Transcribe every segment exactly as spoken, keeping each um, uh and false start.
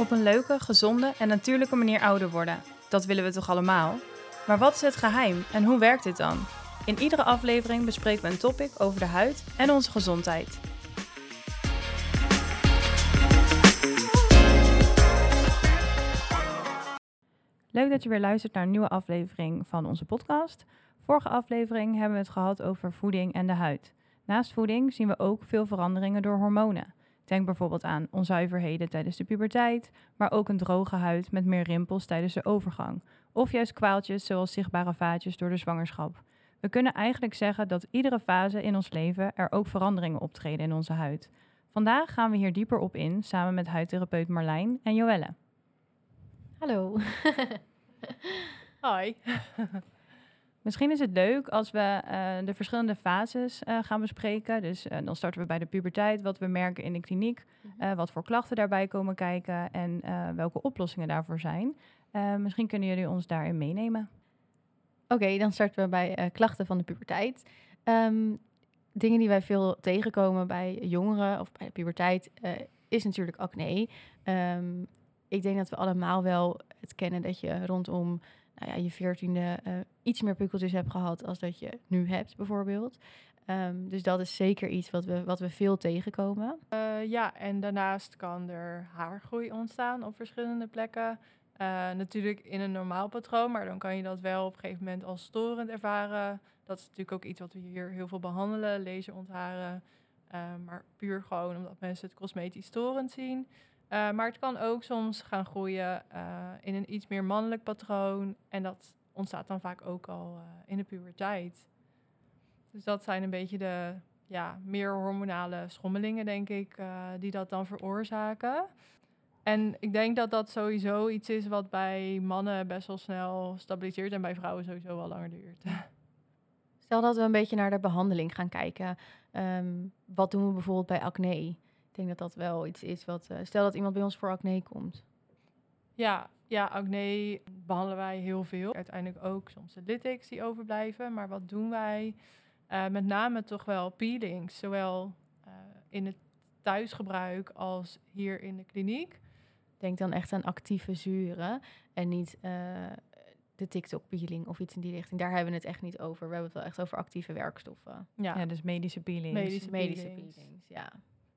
Op een leuke, gezonde en natuurlijke manier ouder worden. Dat willen we toch allemaal? Maar wat is het geheim en hoe werkt dit dan? In iedere aflevering bespreken we een topic over de huid en onze gezondheid. Leuk dat je weer luistert naar een nieuwe aflevering van onze podcast. Vorige aflevering hebben we het gehad over voeding en de huid. Naast voeding zien we ook veel veranderingen door hormonen. Denk bijvoorbeeld aan onzuiverheden tijdens de puberteit, maar ook een droge huid met meer rimpels tijdens de overgang. Of juist kwaaltjes zoals zichtbare vaatjes door de zwangerschap. We kunnen eigenlijk zeggen dat iedere fase in ons leven er ook veranderingen optreden in onze huid. Vandaag gaan we hier dieper op in, samen met huidtherapeut Marlijn en Joelle. Hallo. Hoi. Misschien is het leuk als we uh, de verschillende fases uh, gaan bespreken. Dus uh, dan starten we bij de puberteit, wat we merken in de kliniek, uh, wat voor klachten daarbij komen kijken en uh, welke oplossingen daarvoor zijn. Uh, misschien kunnen jullie ons daarin meenemen. Oké, okay, dan starten we bij uh, klachten van de puberteit. Um, dingen die wij veel tegenkomen bij jongeren of bij de puberteit uh, is natuurlijk acne. Um, ik denk dat we allemaal wel het kennen dat je rondom nou ja, je veertiende uh, iets meer pukkeltjes hebt gehad als dat je nu hebt bijvoorbeeld. Um, dus dat is zeker iets wat we, wat we veel tegenkomen. Uh, ja, en daarnaast kan er haargroei ontstaan op verschillende plekken. Uh, natuurlijk in een normaal patroon, maar dan kan je dat wel op een gegeven moment als storend ervaren. Dat is natuurlijk ook iets wat we hier heel veel behandelen, laserontharen. Uh, maar puur gewoon omdat mensen het cosmetisch storend zien. Uh, maar het kan ook soms gaan groeien uh, in een iets meer mannelijk patroon. En dat ontstaat dan vaak ook al uh, in de puberteit. Dus dat zijn een beetje de ja, meer hormonale schommelingen, denk ik, uh, die dat dan veroorzaken. En ik denk dat dat sowieso iets is wat bij mannen best wel snel stabiliseert en bij vrouwen sowieso wel langer duurt. Stel dat we een beetje naar de behandeling gaan kijken. Um, wat doen we bijvoorbeeld bij acne? Ik denk dat dat wel iets is wat... Uh, stel dat iemand bij ons voor acne komt. Ja, ja, acne behandelen wij heel veel. Uiteindelijk ook soms de lytics die overblijven. Maar wat doen wij? Uh, met name toch wel peelings. Zowel uh, in het thuisgebruik als hier in de kliniek. Denk dan echt aan actieve zuren en niet uh, de TikTok-peeling of iets in die richting. Daar hebben we het echt niet over. We hebben het wel echt over actieve werkstoffen. Ja, ja dus medische peelings. Medische, medische peelings. peelings, ja.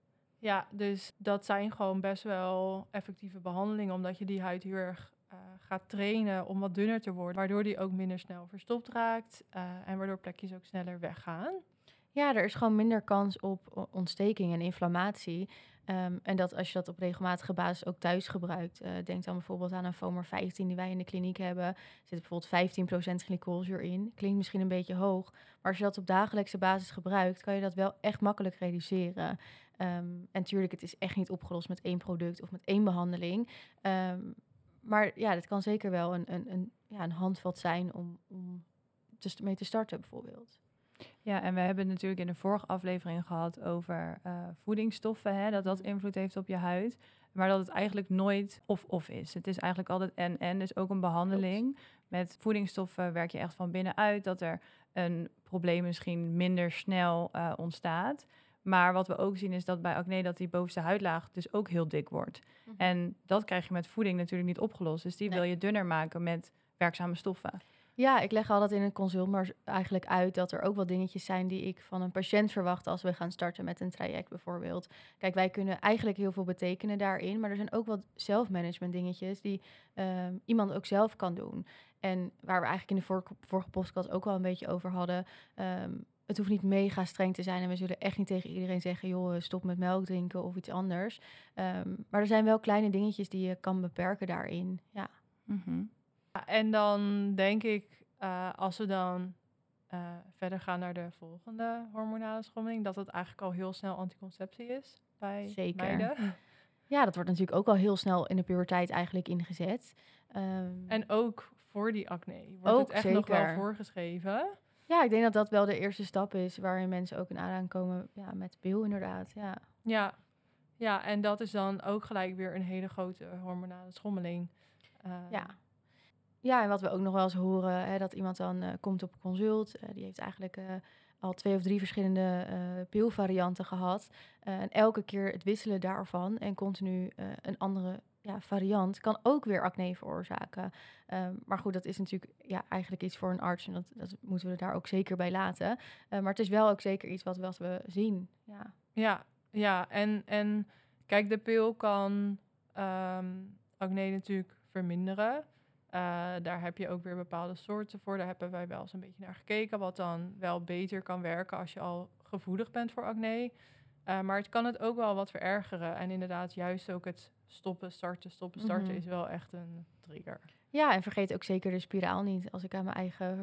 Ja, dus dat zijn gewoon best wel effectieve behandelingen, omdat je die huid heel erg uh, gaat trainen om wat dunner te worden, waardoor die ook minder snel verstopt raakt uh, en waardoor plekjes ook sneller weggaan. Ja, er is gewoon minder kans op ontsteking en inflammatie. Um, en dat als je dat op regelmatige basis ook thuis gebruikt. Uh, denk dan bijvoorbeeld aan een Foamer vijftien die wij in de kliniek hebben. Er zit bijvoorbeeld vijftien procent glycolzuur in. Klinkt misschien een beetje hoog. Maar als je dat op dagelijkse basis gebruikt, kan je dat wel echt makkelijk reduceren. Um, en natuurlijk, het is echt niet opgelost met één product of met één behandeling. Um, maar ja, dat kan zeker wel een, een, een, ja, een handvat zijn om, om te, mee te starten bijvoorbeeld. Ja, en we hebben het natuurlijk in de vorige aflevering gehad over uh, voedingsstoffen, hè, dat dat invloed heeft op je huid. Maar dat het eigenlijk nooit of-of is. Het is eigenlijk altijd en-en, dus ook een behandeling. Klopt. Met voedingsstoffen werk je echt van binnenuit, dat er een probleem misschien minder snel uh, ontstaat. Maar wat we ook zien is dat bij acne dat die bovenste huidlaag dus ook heel dik wordt. Mm-hmm. En dat krijg je met voeding natuurlijk niet opgelost. Dus die nee. wil je dunner maken met werkzame stoffen. Ja, ik leg altijd in een consult maar eigenlijk uit dat er ook wel dingetjes zijn die ik van een patiënt verwacht als we gaan starten met een traject bijvoorbeeld. Kijk, wij kunnen eigenlijk heel veel betekenen daarin, maar er zijn ook wat zelfmanagement dingetjes die um, iemand ook zelf kan doen. En waar we eigenlijk in de vorige, vorige podcast ook wel een beetje over hadden, um, het hoeft niet mega streng te zijn en we zullen echt niet tegen iedereen zeggen, joh, stop met melk drinken of iets anders. Um, maar er zijn wel kleine dingetjes die je kan beperken daarin, ja. Mm-hmm. En dan denk ik, uh, als we dan uh, verder gaan naar de volgende hormonale schommeling, dat het eigenlijk al heel snel anticonceptie is bij Zeker. meiden. Ja, dat wordt natuurlijk ook al heel snel in de puberteit eigenlijk ingezet. Um, en ook voor die acne wordt ook het echt zeker. nog wel voorgeschreven. Ja, ik denk dat dat wel de eerste stap is waarin mensen ook in aanraking komen ja, met pil inderdaad. Ja. Ja. ja, en dat is dan ook gelijk weer een hele grote hormonale schommeling. Uh, ja. Ja, en wat we ook nog wel eens horen, hè, dat iemand dan uh, komt op consult. Uh, die heeft eigenlijk uh, al twee of drie verschillende uh, pilvarianten gehad. Uh, en elke keer het wisselen daarvan en continu uh, een andere ja, variant kan ook weer acne veroorzaken. Um, maar goed, dat is natuurlijk ja, eigenlijk iets voor een arts. En dat, dat moeten we daar ook zeker bij laten. Uh, maar het is wel ook zeker iets wat, wat we zien. Ja, Ja, ja. En, en kijk, de pil kan um, acne natuurlijk verminderen. Uh, daar heb je ook weer bepaalde soorten voor. Daar hebben wij wel eens een beetje naar gekeken. Wat dan wel beter kan werken als je al gevoelig bent voor acne. Uh, maar het kan het ook wel wat verergeren. En inderdaad, juist ook het stoppen, starten, stoppen, starten mm-hmm. is wel echt een trigger. Ja, en vergeet ook zeker de spiraal niet. Als ik aan mijn eigen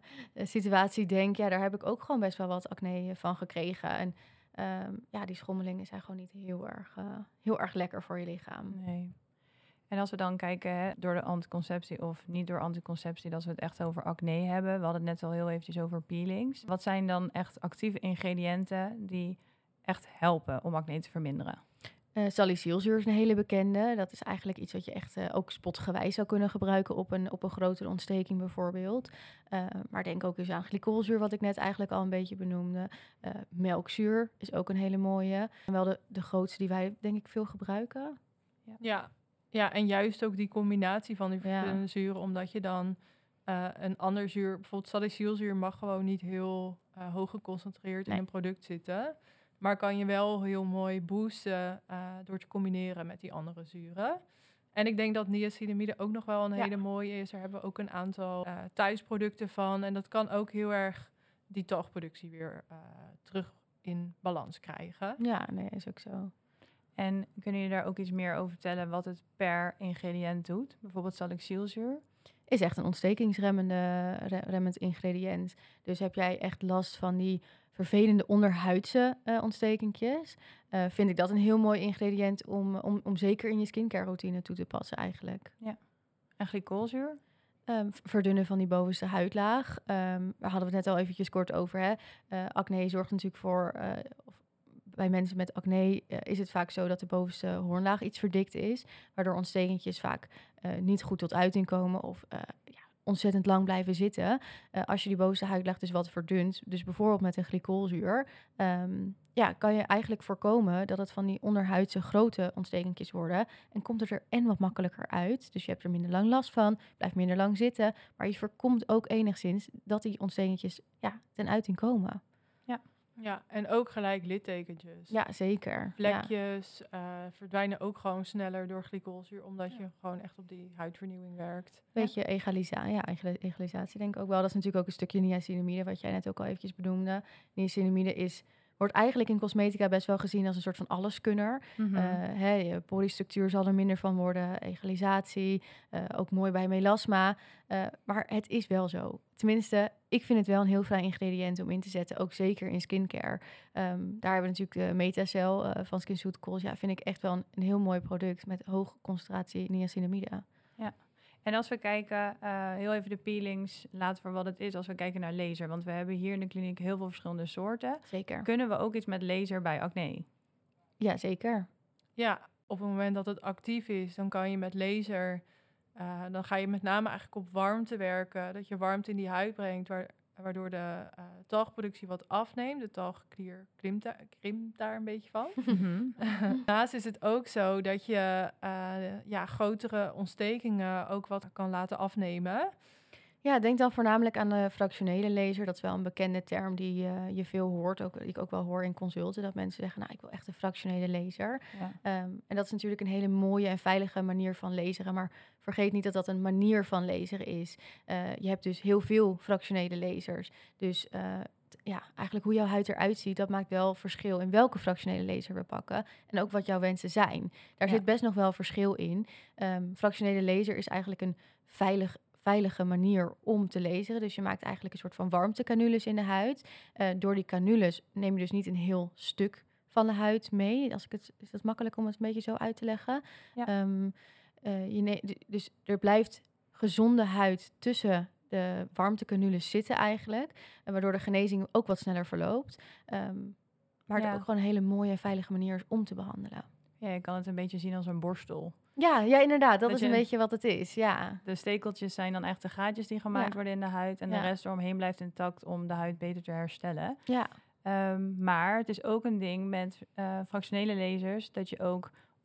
situatie denk, ja, daar heb ik ook gewoon best wel wat acne van gekregen. En um, ja, die schommelingen zijn gewoon niet heel erg, uh, heel erg lekker voor je lichaam. Nee. En als we dan kijken hè, door de anticonceptie of niet door anticonceptie, dat we het echt over acne hebben. We hadden het net al heel eventjes over peelings. Wat zijn dan echt actieve ingrediënten die echt helpen om acne te verminderen? Uh, salicylzuur is een hele bekende. Dat is eigenlijk iets wat je echt uh, ook spotgewijs zou kunnen gebruiken op een, op een grotere ontsteking bijvoorbeeld. Uh, maar denk ook eens aan glycolzuur, wat ik net eigenlijk al een beetje benoemde. Uh, melkzuur is ook een hele mooie. En wel de, de grootste die wij denk ik veel gebruiken. Ja, ja, ja en juist ook die combinatie van die verschillende ja. zuren, omdat je dan uh, een ander zuur, bijvoorbeeld salicylzuur mag gewoon niet heel uh, hoog geconcentreerd nee. in een product zitten. Maar kan je wel heel mooi boosten uh, door te combineren met die andere zuren. En ik denk dat niacinamide ook nog wel een ja. hele mooie is. Daar hebben we ook een aantal uh, thuisproducten van. En dat kan ook heel erg die talgproductie weer uh, terug in balans krijgen. Ja, nee, is ook zo. En kunnen jullie daar ook iets meer over vertellen wat het per ingrediënt doet? Bijvoorbeeld salicylzuur? Is echt een ontstekingsremmende remmend ingrediënt. Dus heb jij echt last van die vervelende onderhuidse uh, ontstekingjes, uh, vind ik dat een heel mooi ingrediënt om, om, om zeker in je skincare routine toe te passen eigenlijk. Ja. En glycolzuur? Um, verdunnen van die bovenste huidlaag. Um, daar hadden we het net al eventjes kort over. Hè? Uh, acne zorgt natuurlijk voor, uh, of bij mensen met acne uh, is het vaak zo dat de bovenste hoornlaag iets verdikt is, waardoor ontstekingjes vaak uh, niet goed tot uiting komen of uh, ja, ontzettend lang blijven zitten. Uh, als je die bovenste huidlaag dus wat verdunt, dus bijvoorbeeld met een glycolzuur, um, ja, kan je eigenlijk voorkomen dat het van die onderhuidse grote ontstekingjes worden en komt het er en wat makkelijker uit. Dus je hebt er minder lang last van, blijft minder lang zitten, maar je voorkomt ook enigszins dat die ontstekingjes ja, ten uiting komen. Ja. Ja, en ook gelijk littekentjes. Ja, zeker. Vlekjes ja. uh, verdwijnen ook gewoon sneller door glycolzuur, omdat ja. je gewoon echt op die huidvernieuwing werkt. Beetje ja. egalisa- ja, egalisatie denk ik ook wel. Dat is natuurlijk ook een stukje niacinamide, wat jij net ook al eventjes benoemde. Niacinamide is, wordt eigenlijk in cosmetica best wel gezien als een soort van alleskunner. Mm-hmm. Uh, hè, je polystructuur zal er minder van worden, egalisatie, uh, ook mooi bij melasma. Uh, maar het is wel zo. Tenminste, ik vind het wel een heel fijn ingrediënt om in te zetten, ook zeker in skincare. Um, daar hebben we natuurlijk de Metacel uh, van SkinCeuticals. Ja, vind ik echt wel een, een heel mooi product met hoge concentratie niacinamide. Ja. En als we kijken, uh, heel even de peelings, laten voor wat het is als we kijken naar laser. Want we hebben hier in de kliniek heel veel verschillende soorten. Zeker. Kunnen we ook iets met laser bij acne? Ja, zeker. Ja, op het moment dat het actief is, dan kan je met laser, uh, dan ga je met name eigenlijk op warmte werken. Dat je warmte in die huid brengt, waar, waardoor de uh, talgproductie wat afneemt. De talgklier krimpt daar, krimpt daar een beetje van. Mm-hmm. Daarnaast is het ook zo dat je uh, ja, grotere ontstekingen ook wat kan laten afnemen. Ja, denk dan voornamelijk aan de fractionele laser. Dat is wel een bekende term die uh, je veel hoort. Ook, die ik ook wel hoor in consulten. Dat mensen zeggen, nou, ik wil echt een fractionele laser. Ja. Um, en dat is natuurlijk een hele mooie en veilige manier van laseren. Maar vergeet niet dat dat een manier van laseren is. Uh, je hebt dus heel veel fractionele lasers. Dus uh, t- ja, eigenlijk hoe jouw huid eruit ziet, dat maakt wel verschil in welke fractionele laser we pakken. En ook wat jouw wensen zijn. Daar ja. zit best nog wel verschil in. Um, fractionele laser is eigenlijk een veilig veilige manier om te laseren. Dus je maakt eigenlijk een soort van warmtecanules in de huid. Uh, door die canules neem je dus niet een heel stuk van de huid mee. Als ik het, is dat makkelijk om het een beetje zo uit te leggen? Ja. Um, uh, je ne- dus er blijft gezonde huid tussen de warmtecanules zitten eigenlijk. En waardoor de genezing ook wat sneller verloopt. Um, maar ja. het ook gewoon een hele mooie en veilige manier is om te behandelen. Ja, je kan het een beetje zien als een borstel. Ja, ja, inderdaad. Dat, dat is een je, beetje wat het is, ja. De stekeltjes zijn dan echt de gaatjes die gemaakt ja. worden in de huid. En ja. de rest eromheen blijft intact om de huid beter te herstellen. Ja. Um, maar het is ook een ding met uh, fractionele lasers dat je ook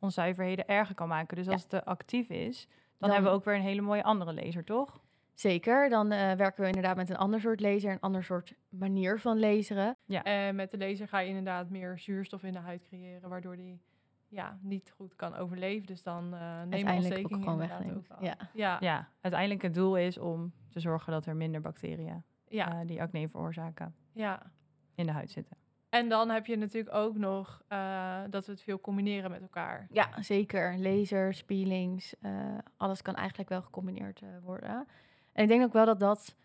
onzuiverheden erger kan maken. Dus als Ja. het te actief is, dan, Dan- hebben we ook weer een hele mooie andere laser, toch? Zeker, dan eh, werken we inderdaad met een ander soort laser, een ander soort manier van laseren. En met de laser ga je inderdaad meer zuurstof in de huid creëren, waardoor die ja, niet goed kan overleven. Dus dan uh, neem je Uiteindelijk ook ontstekingen gewoon inderdaad wegneemt. ook af. Ja. Ja. Ja, uiteindelijk het doel is om te zorgen dat er minder bacteriën Ja. eh, die acne veroorzaken ja. in de huid zitten. En dan heb je natuurlijk ook nog uh, dat we het veel combineren met elkaar. Ja, zeker. Lasers, peelings, uh, alles kan eigenlijk wel gecombineerd uh, worden. En ik denk ook wel dat dat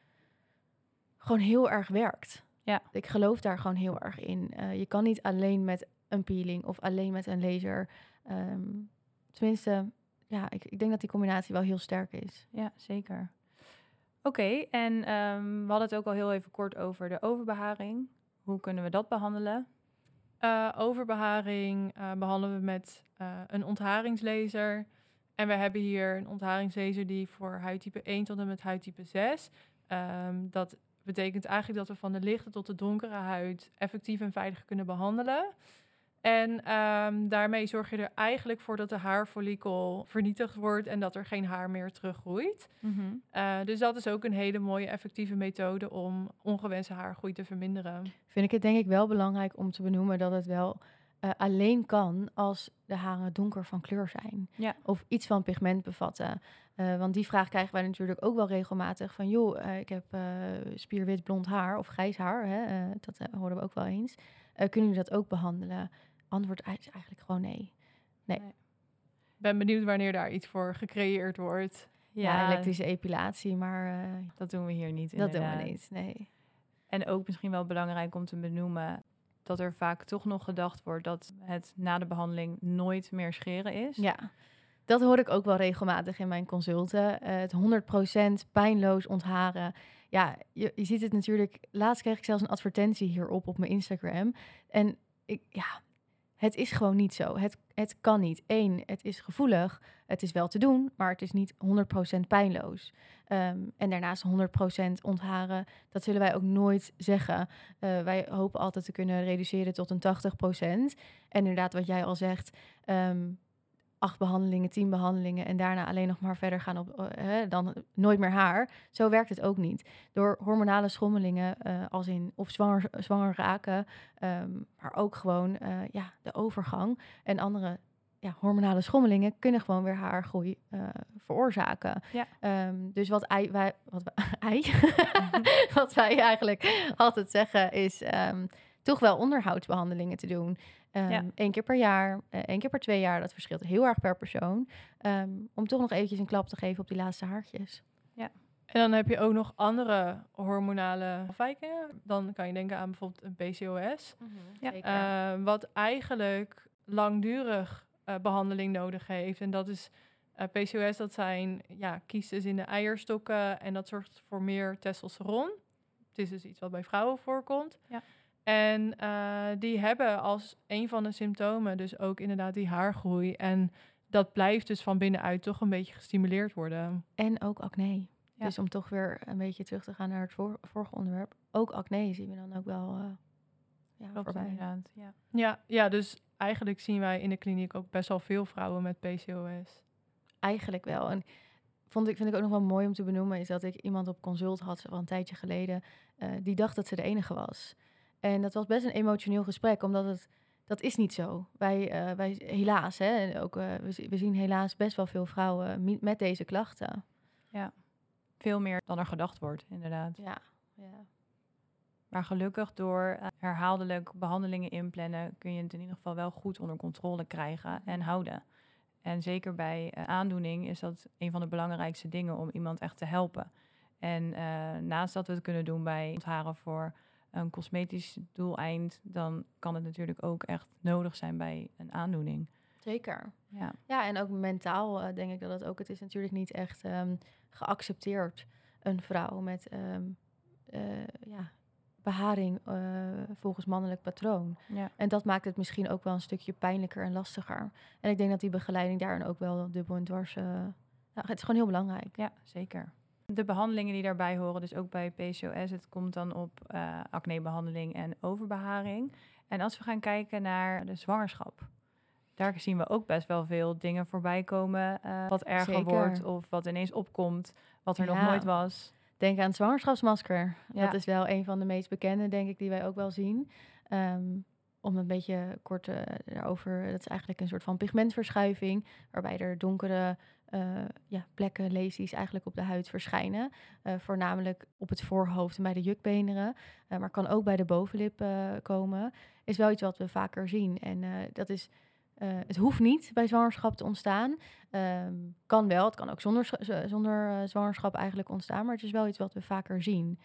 gewoon heel erg werkt. Ja. Ik geloof daar gewoon heel erg in. Uh, je kan niet alleen met een peeling of alleen met een laser. Um, tenminste, ja, ik, ik denk dat die combinatie wel heel sterk is. Ja, zeker. Oké, okay, en um, we hadden het ook al heel even kort over de overbeharing. Hoe kunnen we dat behandelen? Uh, overbeharing uh, behandelen we met uh, een ontharingslaser. En we hebben hier een ontharingslaser die voor huidtype één tot en met huidtype zes. Um, dat betekent eigenlijk dat we van de lichte tot de donkere huid effectief en veilig kunnen behandelen. En um, daarmee zorg je er eigenlijk voor dat de haarfollikel vernietigd wordt en dat er geen haar meer teruggroeit. Mm-hmm. Uh, dus dat is ook een hele mooie effectieve methode om ongewenste haargroei te verminderen. Vind ik het denk ik wel belangrijk om te benoemen dat het wel uh, alleen kan als de haren donker van kleur zijn. Ja. Of iets van pigment bevatten. Uh, want die vraag krijgen wij natuurlijk ook wel regelmatig van joh, uh, ik heb uh, spierwit blond haar of grijs haar. Hè, uh, dat uh, horen we ook wel eens. Uh, kunnen jullie dat ook behandelen? Antwoord is eigenlijk gewoon nee. Nee. nee. Ben benieuwd wanneer daar iets voor gecreëerd wordt. Ja, ja elektrische epilatie, maar... Uh, dat doen we hier niet, Dat inderdaad. doen we niet, nee. En ook misschien wel belangrijk om te benoemen dat er vaak toch nog gedacht wordt dat het na de behandeling nooit meer scheren is. Ja, dat hoor ik ook wel regelmatig in mijn consulten. Uh, het honderd procent pijnloos ontharen. Ja, je, je ziet het natuurlijk... Laatst kreeg ik zelfs een advertentie hierop op mijn Instagram. En ik, ja... Het is gewoon niet zo. Het, het kan niet. Eén, het is gevoelig. Het is wel te doen, maar het is niet honderd procent pijnloos. Um, en daarnaast honderd procent ontharen, dat zullen wij ook nooit zeggen. Uh, wij hopen altijd te kunnen reduceren tot een tachtig procent. En inderdaad, wat jij al zegt... Um, acht behandelingen, tien behandelingen... en daarna alleen nog maar verder gaan op... Uh, dan nooit meer haar. Zo werkt het ook niet. Door hormonale schommelingen, uh, als in of zwanger, zwanger raken... Um, maar ook gewoon uh, ja, de overgang... en andere ja, hormonale schommelingen... kunnen gewoon weer haargroei uh, veroorzaken. Ja. Um, dus wat, ei, wij, wat, wij, wat wij eigenlijk altijd zeggen is... Um, toch wel onderhoudsbehandelingen te doen... Um, ja. Eén keer per jaar, uh, één keer per twee jaar. Dat verschilt heel erg per persoon. Um, om toch nog eventjes een klap te geven op die laatste haartjes. Ja. En dan heb je ook nog andere hormonale afwijkingen. Dan kan je denken aan bijvoorbeeld een P C O S. Mm-hmm. Ja. Uh, wat eigenlijk langdurig uh, behandeling nodig heeft. En dat is uh, P C O S, dat zijn ja, kiestes in de eierstokken. En dat zorgt voor meer testosteron. Het is dus iets wat bij vrouwen voorkomt. Ja. En uh, die hebben als een van de symptomen dus ook inderdaad die haargroei. En dat blijft dus van binnenuit toch een beetje gestimuleerd worden. En ook acne. Ja. Dus om toch weer een beetje terug te gaan naar het vor- vorige onderwerp. Ook acne zien we dan ook wel uh, ja, Klopt, voorbij. Inderdaad, ja. Ja, ja, dus eigenlijk zien wij in de kliniek ook best wel veel vrouwen met P C O S. Eigenlijk wel. En vond ik, vind ik ook nog wel mooi om te benoemen... is dat ik iemand op consult had, al een tijdje geleden... Uh, die dacht dat ze de enige was. En dat was best een emotioneel gesprek, omdat het... Dat is niet zo. Wij, uh, wij helaas, hè, en ook, uh, we, we zien helaas best wel veel vrouwen met deze klachten. Ja, veel meer dan er gedacht wordt, inderdaad. Ja, ja. Maar gelukkig door uh, herhaaldelijk behandelingen inplannen... kun je het in ieder geval wel goed onder controle krijgen en houden. En zeker bij uh, aandoening is dat een van de belangrijkste dingen om iemand echt te helpen. En uh, naast dat we het kunnen doen bij ontharen voor een cosmetisch doeleind... dan kan het natuurlijk ook echt nodig zijn bij een aandoening. Zeker. Ja, ja en ook mentaal uh, denk ik dat het ook... Het is natuurlijk niet echt um, geaccepteerd, een vrouw met um, uh, ja, beharing uh, volgens mannelijk patroon. Ja. En dat maakt het misschien ook wel een stukje pijnlijker en lastiger. En ik denk dat die begeleiding daarin ook wel dubbel en dwars... Uh, nou, het is gewoon heel belangrijk. Ja, zeker. De behandelingen die daarbij horen, dus ook bij P C O S... het komt dan op uh, acnebehandeling en overbeharing. En als we gaan kijken naar de zwangerschap... daar zien we ook best wel veel dingen voorbij komen. Uh, wat erger Zeker. wordt of wat ineens opkomt, wat er Ja. nog nooit was. Denk aan het zwangerschapsmasker. Ja. Dat is wel een van de meest bekende, denk ik, die wij ook wel zien. Um, om een beetje kort uh, daarover, dat is eigenlijk een soort van pigmentverschuiving, waarbij er donkere uh, ja, plekken, lesies eigenlijk op de huid verschijnen. Uh, voornamelijk op het voorhoofd en bij de jukbeenderen, uh, maar kan ook bij de bovenlip uh, komen. Is wel iets wat we vaker zien. En uh, dat is, uh, het hoeft niet bij zwangerschap te ontstaan. Um, kan wel, het kan ook zonder, zonder uh, zwangerschap eigenlijk ontstaan, maar het is wel iets wat we vaker zien.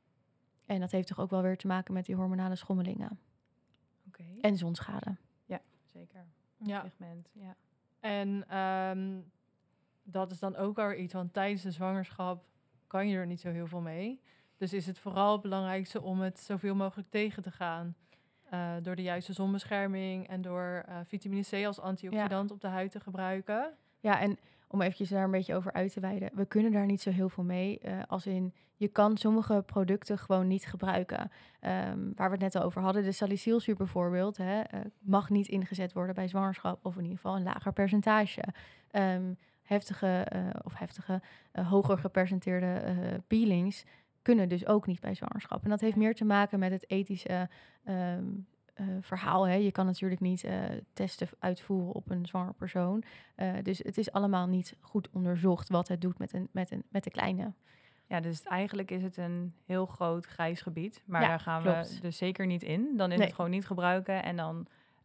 En dat heeft toch ook wel weer te maken met die hormonale schommelingen. Okay. En zonschade. Ja, zeker. Ja. Pigment, ja. En um, dat is dan ook al iets, want tijdens de zwangerschap kan je er niet zo heel veel mee. Dus is het vooral het belangrijkste om het zoveel mogelijk tegen te gaan. Uh, door de juiste zonbescherming en door uh, vitamine C als antioxidant ja. op de huid te gebruiken. Ja, en om eventjes daar een beetje over uit te wijden. We kunnen daar niet zo heel veel mee. Uh, als in, je kan sommige producten gewoon niet gebruiken. Um, waar we het net al over hadden, de salicylzuur bijvoorbeeld, hè, uh, mag niet ingezet worden bij zwangerschap. Of in ieder geval een lager percentage. Um, heftige, uh, of heftige, uh, hoger gepercenteerde uh, peelings kunnen dus ook niet bij zwangerschap. En dat heeft meer te maken met het ethische um, uh, verhaal. Hè. Je kan natuurlijk niet uh, testen uitvoeren op een zwanger persoon. Uh, dus het is allemaal niet goed onderzocht wat het doet met, een, met, een, met de kleine. Ja, dus eigenlijk is het een heel groot grijs gebied. Maar ja, daar gaan klopt. we dus zeker niet in. Dan is nee. het gewoon niet gebruiken. En dan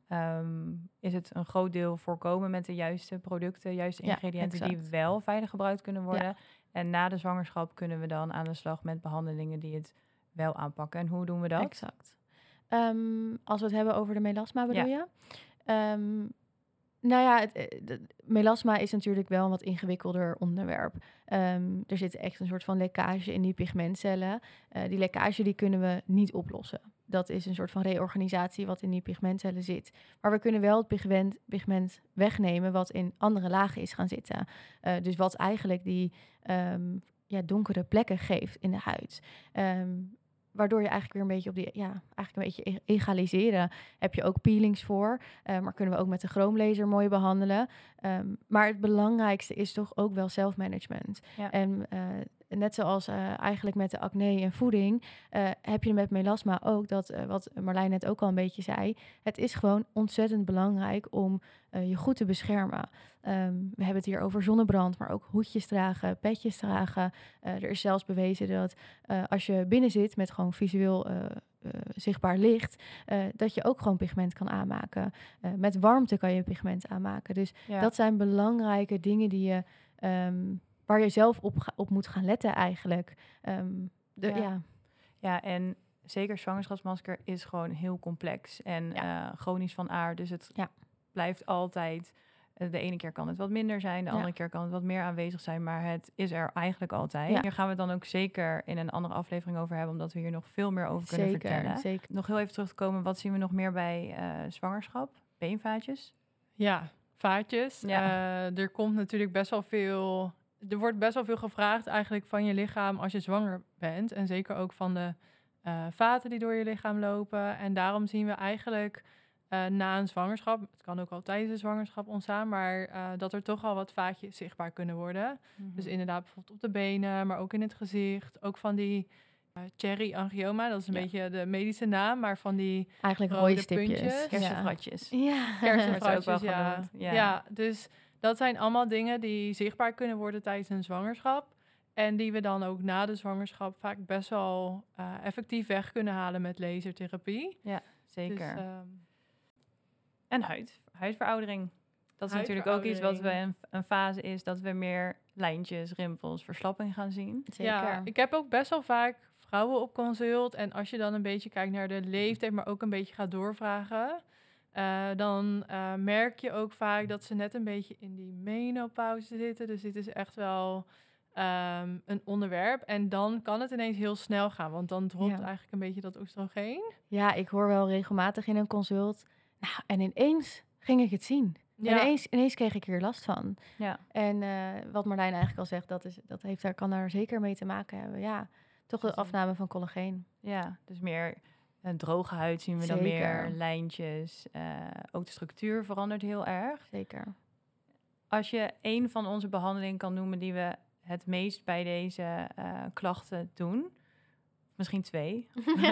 um, is het een groot deel voorkomen met de juiste producten, juiste ingrediënten ja, die wel veilig gebruikt kunnen worden. Ja. En na de zwangerschap kunnen we dan aan de slag met behandelingen die het wel aanpakken. En hoe doen we dat? Exact. Um, als we het hebben over de melasma, bedoel ja. je? Um, nou ja, het, het, melasma is natuurlijk wel een wat ingewikkelder onderwerp. Um, er zit echt een soort van lekkage in die pigmentcellen. Uh, die lekkage die kunnen we niet oplossen. Dat is een soort van reorganisatie wat in die pigmentcellen zit. Maar we kunnen wel het pigment, pigment wegnemen wat in andere lagen is gaan zitten. Uh, dus wat eigenlijk die um, ja, donkere plekken geeft in de huid. Um, Waardoor je eigenlijk weer een beetje op die, ja, eigenlijk een beetje egaliseren. Heb je ook peelings voor, uh, maar kunnen we ook met de chroomlaser mooi behandelen. Um, maar het belangrijkste is toch ook wel zelfmanagement. Ja. En uh, net zoals uh, eigenlijk met de acne en voeding, uh, heb je met melasma ook dat, uh, wat Marlijn net ook al een beetje zei. Het is gewoon ontzettend belangrijk om uh, je goed te beschermen. Um, we hebben het hier over zonnebrand, maar ook hoedjes dragen, petjes dragen. Uh, er is zelfs bewezen dat uh, als je binnen zit met gewoon visueel uh, uh, zichtbaar licht, uh, dat je ook gewoon pigment kan aanmaken. Uh, met warmte kan je pigment aanmaken. Dus ja. dat zijn belangrijke dingen die je, um, waar je zelf op, ga, op moet gaan letten eigenlijk. Um, de, ja. Ja. ja, en zeker zwangerschapsmasker is gewoon heel complex en ja. uh, chronisch van aard. Dus het ja. blijft altijd... De ene keer kan het wat minder zijn, de andere ja. keer kan het wat meer aanwezig zijn, maar het is er eigenlijk altijd. Ja. Hier gaan we het dan ook zeker in een andere aflevering over hebben, omdat we hier nog veel meer over kunnen zeker, vertellen. Zeker. Nog heel even terug te komen, wat zien we nog meer bij uh, zwangerschap? Beenvaatjes? Ja, vaatjes. Ja. Uh, er komt natuurlijk best wel veel... Er wordt best wel veel gevraagd eigenlijk van je lichaam als je zwanger bent. En zeker ook van de uh, vaten die door je lichaam lopen. En daarom zien we eigenlijk... Uh, na een zwangerschap, het kan ook al tijdens de zwangerschap ontstaan, maar uh, dat er toch al wat vaatjes zichtbaar kunnen worden. Mm-hmm. Dus inderdaad bijvoorbeeld op de benen, maar ook in het gezicht. Ook van die uh, cherry angioma, dat is een ja. beetje de medische naam, maar van die eigenlijk rode stipjes. puntjes. Kersenvratjes. Ja, kersenvratjes, ja. Ja. ja. Dus dat zijn allemaal dingen die zichtbaar kunnen worden tijdens een zwangerschap. En die we dan ook na de zwangerschap vaak best wel uh, effectief weg kunnen halen met lasertherapie. Ja, zeker. Dus, um, En huid, huidveroudering. Dat is natuurlijk ook iets wat we een, een fase is dat we meer lijntjes, rimpels, verslapping gaan zien. Zeker. Ja, ik heb ook best wel vaak vrouwen op consult. En als je dan een beetje kijkt naar de leeftijd, maar ook een beetje gaat doorvragen, uh, dan uh, merk je ook vaak dat ze net een beetje in die menopauze zitten. Dus dit is echt wel um, een onderwerp. En dan kan het ineens heel snel gaan, want dan dropt ja. eigenlijk een beetje dat oestrogeen. Ja, ik hoor wel regelmatig in een consult... Nou, en ineens ging ik het zien. Ja. En ineens, ineens kreeg ik hier last van. Ja. En uh, wat Marlijn eigenlijk al zegt, dat, is, dat heeft daar, kan daar zeker mee te maken hebben. Ja, toch de afname van collageen. Ja, dus meer Een droge huid zien we dan Zeker. meer, lijntjes. Uh, ook de structuur verandert heel erg. Zeker. Als je één van onze behandelingen kan noemen die we het meest bij deze uh, klachten doen. Misschien twee.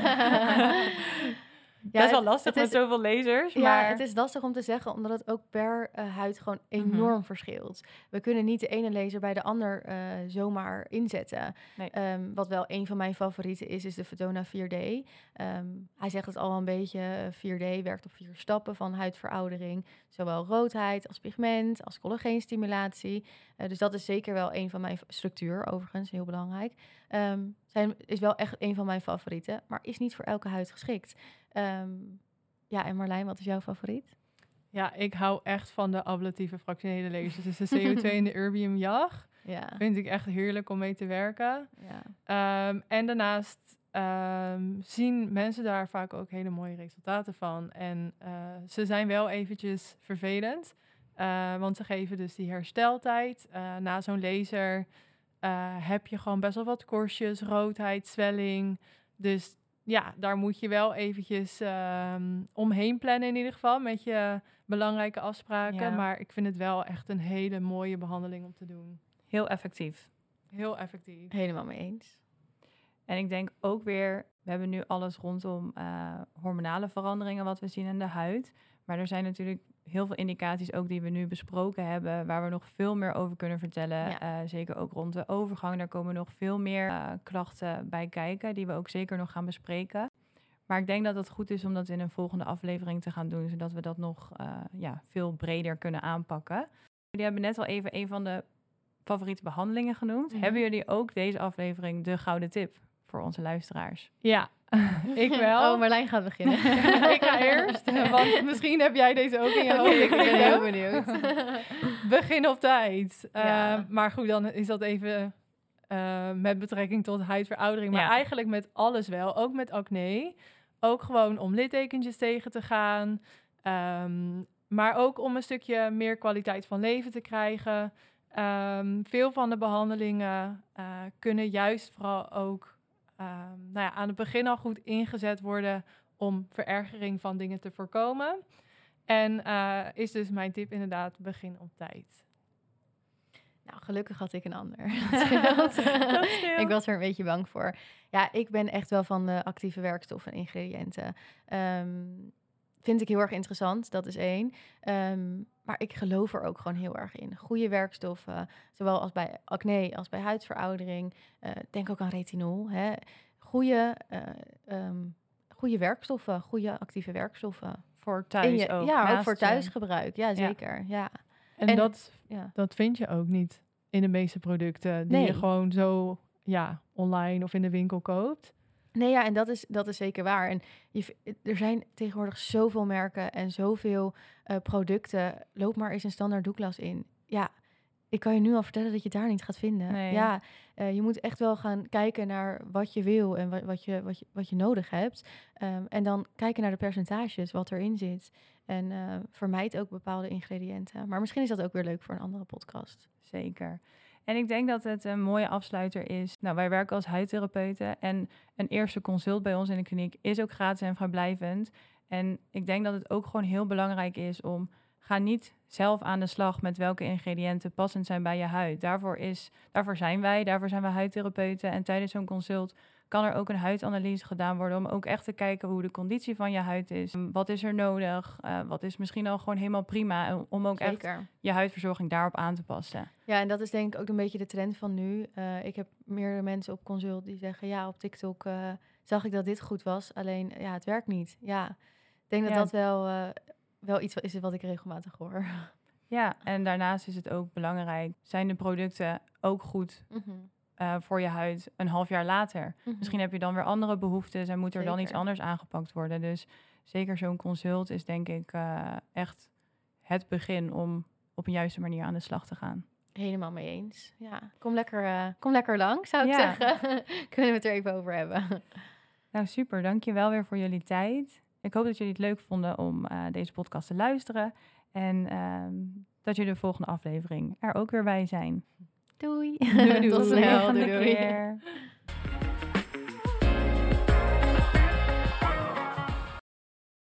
Ja, dat is wel lastig met zoveel lasers. Maar... Ja, het is lastig om te zeggen, omdat het ook per uh, huid gewoon enorm mm-hmm. verschilt. We kunnen niet de ene laser bij de ander uh, zomaar inzetten. Nee. Um, wat wel een van mijn favorieten is, is de Verdona vier D. Um, hij zegt het al een beetje, vier D werkt op vier stappen van huidveroudering. Zowel roodheid als pigment, als collageenstimulatie. Uh, dus dat is zeker wel een van mijn structuur, overigens, heel belangrijk. Um, zijn, is wel echt een van mijn favorieten, maar is niet voor elke huid geschikt. Um, ja, en Marlijn, wat is jouw favoriet? Ja, ik hou echt van de ablatieve fractionele lasers. Dus de C O twee en de Erbium J A G. Ja. Vind ik echt heerlijk om mee te werken. Ja. Um, en daarnaast um, zien mensen daar vaak ook hele mooie resultaten van. En uh, ze zijn wel eventjes vervelend. Uh, want ze geven dus die hersteltijd. Uh, na zo'n laser uh, heb je gewoon best wel wat korstjes, roodheid, zwelling. Dus ja, daar moet je wel eventjes um, omheen plannen in ieder geval met je belangrijke afspraken. Ja. Maar ik vind het wel echt een hele mooie behandeling om te doen. Heel effectief. Heel effectief. Helemaal mee eens. En ik denk ook weer, we hebben nu alles rondom uh, hormonale veranderingen wat we zien in de huid. Maar er zijn natuurlijk heel veel indicaties ook die we nu besproken hebben, waar we nog veel meer over kunnen vertellen. Ja. Uh, zeker ook rond de overgang. Daar komen nog veel meer uh, klachten bij kijken, die we ook zeker nog gaan bespreken. Maar ik denk dat het goed is om dat in een volgende aflevering te gaan doen, zodat we dat nog uh, ja, veel breder kunnen aanpakken. Jullie hebben net al even een van de favoriete behandelingen genoemd. Mm-hmm. Hebben jullie ook deze aflevering de gouden tip voor onze luisteraars? Ja. Ik wel. Oh, Marlijn gaat beginnen. Ik ga eerst, want misschien heb jij deze ook in je hoofd. Ik ben heel benieuwd. Begin op tijd. Ja. Uh, maar goed, dan is dat even uh, met betrekking tot huidveroudering. Maar ja. eigenlijk met alles wel. Ook met acne. Ook gewoon om littekentjes tegen te gaan. Um, maar ook om een stukje meer kwaliteit van leven te krijgen. Um, veel van de behandelingen uh, kunnen juist vooral ook Uh, nou ja, aan het begin al goed ingezet worden om verergering van dingen te voorkomen. En uh, is dus mijn tip inderdaad, begin op tijd. Nou, gelukkig had ik een ander. Dat scheelt. Dat scheelt. Ik was er een beetje bang voor. Ja, ik ben echt wel van de actieve werkstoffen en ingrediënten. Um, vind ik heel erg interessant, dat is één. Um, maar ik geloof er ook gewoon heel erg in. Goede werkstoffen, zowel als bij acne als bij huidveroudering. Uh, denk ook aan retinol. Hè. Goede, uh, um, goede werkstoffen, goede actieve werkstoffen. Voor thuis je, ook. Ja, ook voor thuisgebruik. Ja, zeker. Ja. Ja. En, en dat, ja. dat vind je ook niet in de meeste producten die nee. je gewoon zo ja, online of in de winkel koopt. Nee, ja, en dat is, dat is zeker waar. En je, er zijn tegenwoordig zoveel merken en zoveel uh, producten. Loop maar eens een standaard doeklas in. Ja, ik kan je nu al vertellen dat je het daar niet gaat vinden. Nee. Ja, uh, je moet echt wel gaan kijken naar wat je wil en wat, wat, je, wat, je, wat je nodig hebt. Um, en dan kijken naar de percentages, wat erin zit. En uh, vermijd ook bepaalde ingrediënten. Maar misschien is dat ook weer leuk voor een andere podcast. Zeker. En ik denk dat het een mooie afsluiter is. Nou, wij werken als huidtherapeuten en een eerste consult bij ons in de kliniek is ook gratis en vrijblijvend. En ik denk dat het ook gewoon heel belangrijk is om, ga niet zelf aan de slag met welke ingrediënten passend zijn bij je huid. Daarvoor, is, daarvoor zijn wij, daarvoor zijn we huidtherapeuten. En tijdens zo'n consult kan er ook een huidanalyse gedaan worden om ook echt te kijken hoe de conditie van je huid is. Wat is er nodig? Uh, wat is misschien al gewoon helemaal prima om ook Zeker. echt je huidverzorging daarop aan te passen. Ja, en dat is denk ik ook een beetje de trend van nu. Uh, ik heb meerdere mensen op consult die zeggen, ja, op TikTok uh, zag ik dat dit goed was, alleen ja, het werkt niet. Ja, ik denk dat ja. dat wel, uh, wel iets is wat ik regelmatig hoor. Ja, en daarnaast is het ook belangrijk, zijn de producten ook goed mm-hmm. Uh, voor je huid een half jaar later. Mm-hmm. Misschien heb je dan weer andere behoeftes en moet er zeker. Dan iets anders aangepakt worden. Dus zeker zo'n consult is denk ik uh, echt het begin om op een juiste manier aan de slag te gaan. Helemaal mee eens. Ja, kom lekker, uh, kom lekker lang, zou ik ja. zeggen. Kunnen we het er even over hebben. Nou, super. Dank je wel weer voor jullie tijd. Ik hoop dat jullie het leuk vonden om uh, deze podcast te luisteren. En uh, dat jullie de volgende aflevering er ook weer bij zijn. Doei. Doei, doei. Tot snel. Doei, doei.